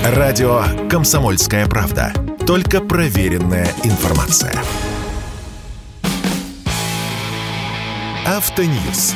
Радио «Комсомольская правда». Только проверенная информация. Автоньюз.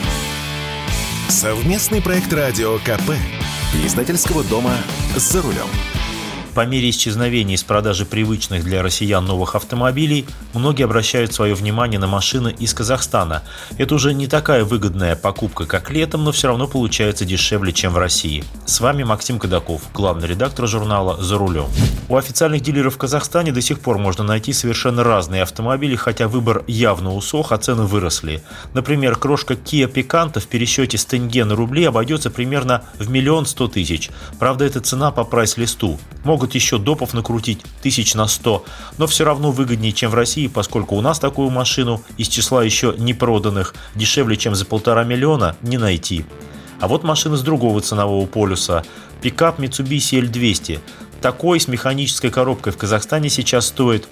Совместный проект радио КП и издательского дома «За рулем». По мере исчезновения из продажи привычных для россиян новых автомобилей, многие обращают свое внимание на машины из Казахстана. Это уже не такая выгодная покупка, как летом, но все равно получается дешевле, чем в России. С вами Максим Кадаков, главный редактор журнала «За рулем». У официальных дилеров в Казахстане до сих пор можно найти совершенно разные автомобили, хотя выбор явно усох, а цены выросли. Например, крошка Kia Picanto в пересчете с тенге на рубли обойдется примерно в 1 100 000. Правда, это цена по прайс-листу. Могут еще допов накрутить 100 000, но все равно выгоднее, чем в России, поскольку у нас такую машину из числа еще не проданных дешевле, чем за 1,5 миллиона, не найти. А вот машина с другого ценового полюса – пикап Mitsubishi L200. Такой с механической коробкой в Казахстане сейчас стоит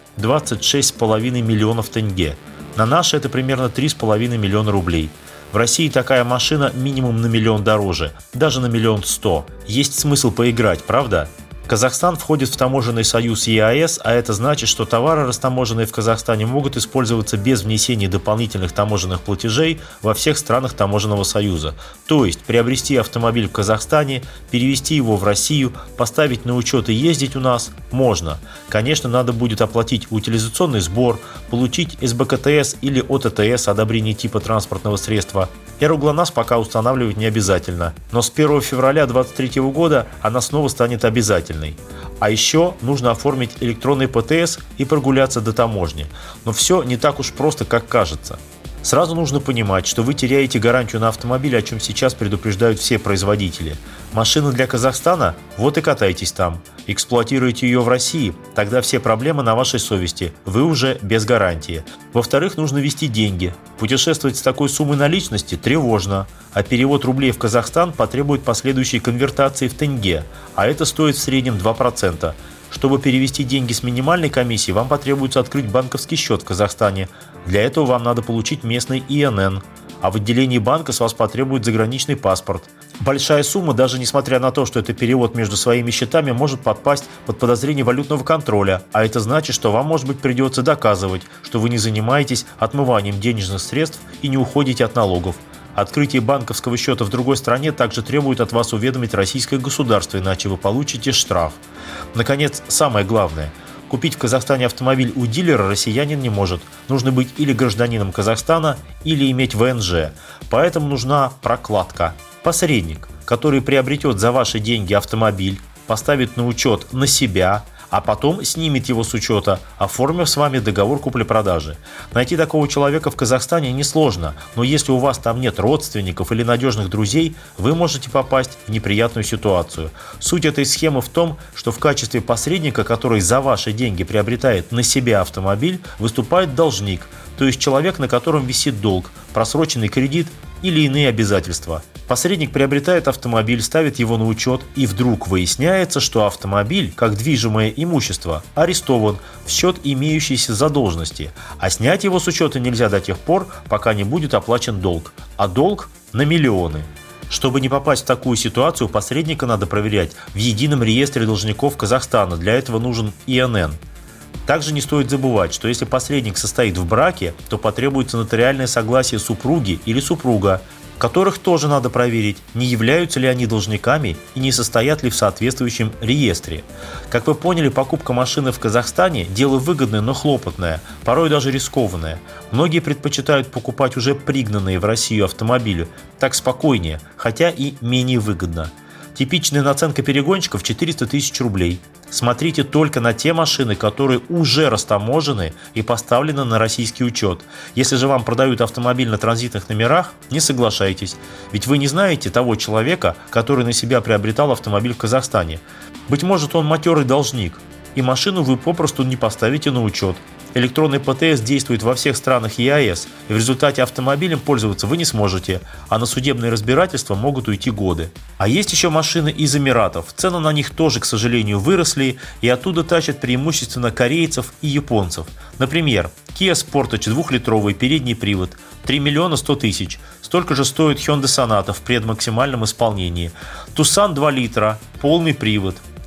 26,5 миллионов тенге. На наши это примерно 3,5 миллиона рублей. В России такая машина минимум на миллион дороже, даже на 1 100 000. Есть смысл поиграть, правда? Казахстан входит в таможенный союз ЕАЭС, а это значит, что товары, растаможенные в Казахстане, могут использоваться без внесения дополнительных таможенных платежей во всех странах таможенного союза. То есть приобрести автомобиль в Казахстане, перевезти его в Россию, поставить на учет и ездить у нас можно. Конечно, надо будет оплатить утилизационный сбор, получить СБКТС или ОТТС, одобрение типа транспортного средства. ГЛОНАСС пока устанавливать не обязательно, но с 1 февраля 2023 года она снова станет обязательной. А еще нужно оформить электронный ПТС и прогуляться до таможни. Но все не так уж просто, как кажется. Сразу нужно понимать, что вы теряете гарантию на автомобиль, о чем сейчас предупреждают все производители. Машина для Казахстана? Вот и катайтесь там. Эксплуатируете ее в России? Тогда все проблемы на вашей совести. Вы уже без гарантии. Во-вторых, нужно вести деньги. Путешествовать с такой суммой наличности тревожно. А перевод рублей в Казахстан потребует последующей конвертации в тенге. А это стоит в среднем 2%. Чтобы перевести деньги с минимальной комиссией, вам потребуется открыть банковский счет в Казахстане. Для этого вам надо получить местный ИНН. А в отделении банка с вас потребует заграничный паспорт. Большая сумма, даже несмотря на то, что это перевод между своими счетами, может подпасть под подозрение валютного контроля. А это значит, что вам, может быть, придется доказывать, что вы не занимаетесь отмыванием денежных средств и не уходите от налогов. Открытие банковского счета в другой стране также требует от вас уведомить российское государство, иначе вы получите штраф. Наконец, самое главное. Купить в Казахстане автомобиль у дилера россиянин не может. Нужно быть или гражданином Казахстана, или иметь ВНЖ. Поэтому нужна прокладка. Посредник, который приобретет за ваши деньги автомобиль, поставит на учет на себя, а потом снимет его с учета, оформив с вами договор купли-продажи. Найти такого человека в Казахстане несложно, но если у вас там нет родственников или надежных друзей, вы можете попасть в неприятную ситуацию. Суть этой схемы в том, что в качестве посредника, который за ваши деньги приобретает на себя автомобиль, выступает должник, то есть человек, на котором висит долг, просроченный кредит или иные обязательства. Посредник приобретает автомобиль, ставит его на учет, и вдруг выясняется, что автомобиль, как движимое имущество, арестован в счет имеющейся задолженности, а снять его с учета нельзя до тех пор, пока не будет оплачен долг, а долг на миллионы. Чтобы не попасть в такую ситуацию, посредника надо проверять в едином реестре должников Казахстана, для этого нужен ИНН. Также не стоит забывать, что если посредник состоит в браке, то потребуется нотариальное согласие супруги или супруга, которых тоже надо проверить, не являются ли они должниками и не состоят ли в соответствующем реестре. Как вы поняли, покупка машины в Казахстане – дело выгодное, но хлопотное, порой даже рискованное. Многие предпочитают покупать уже пригнанные в Россию автомобили, так спокойнее, хотя и менее выгодно. Типичная наценка перегонщиков – 400 000 рублей. Смотрите только на те машины, которые уже растаможены и поставлены на российский учет. Если же вам продают автомобиль на транзитных номерах, не соглашайтесь. Ведь вы не знаете того человека, который на себя приобретал автомобиль в Казахстане. Быть может, он матерый должник, и машину вы попросту не поставите на учет. Электронный ПТС действует во всех странах ЕАЭС, и в результате автомобилем пользоваться вы не сможете, а на судебные разбирательства могут уйти годы. А есть еще машины из Эмиратов. Цены на них тоже, к сожалению, выросли, и оттуда тащат преимущественно корейцев и японцев. Например, Kia Sportage 2-литровый передний привод – 3 100 000. Столько же стоит Hyundai Sonata в предмаксимальном исполнении. Tucson 2 литра, полный привод –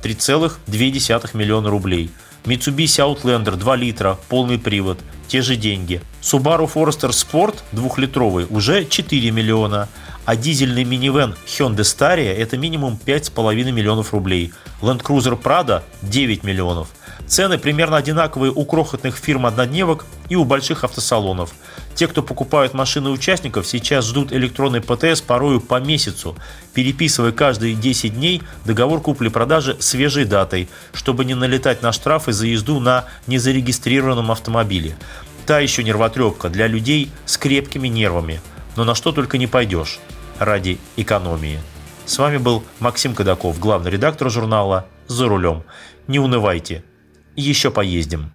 3,2 миллиона рублей. Mitsubishi Outlander 2 литра, полный привод, те же деньги. Subaru Forester Sport 2-литровый уже 4 миллиона. А дизельный минивэн Hyundai Staria – это минимум 5,5 миллионов рублей. Land Cruiser Prado – 9 миллионов. Цены примерно одинаковые у крохотных фирм-однодневок и у больших автосалонов. Те, кто покупают машины участников, сейчас ждут электронный ПТС порою по месяцу, переписывая каждые 10 дней договор купли-продажи свежей датой, чтобы не налетать на штрафы за езду на незарегистрированном автомобиле. Та еще нервотрепка для людей с крепкими нервами. Но на что только не пойдешь ради экономии. С вами был Максим Кадаков, главный редактор журнала «За рулем». Не унывайте, еще поездим.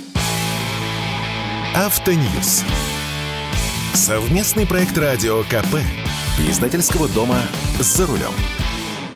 Автоньюз. Совместный проект радио КП. Издательского дома «За рулем».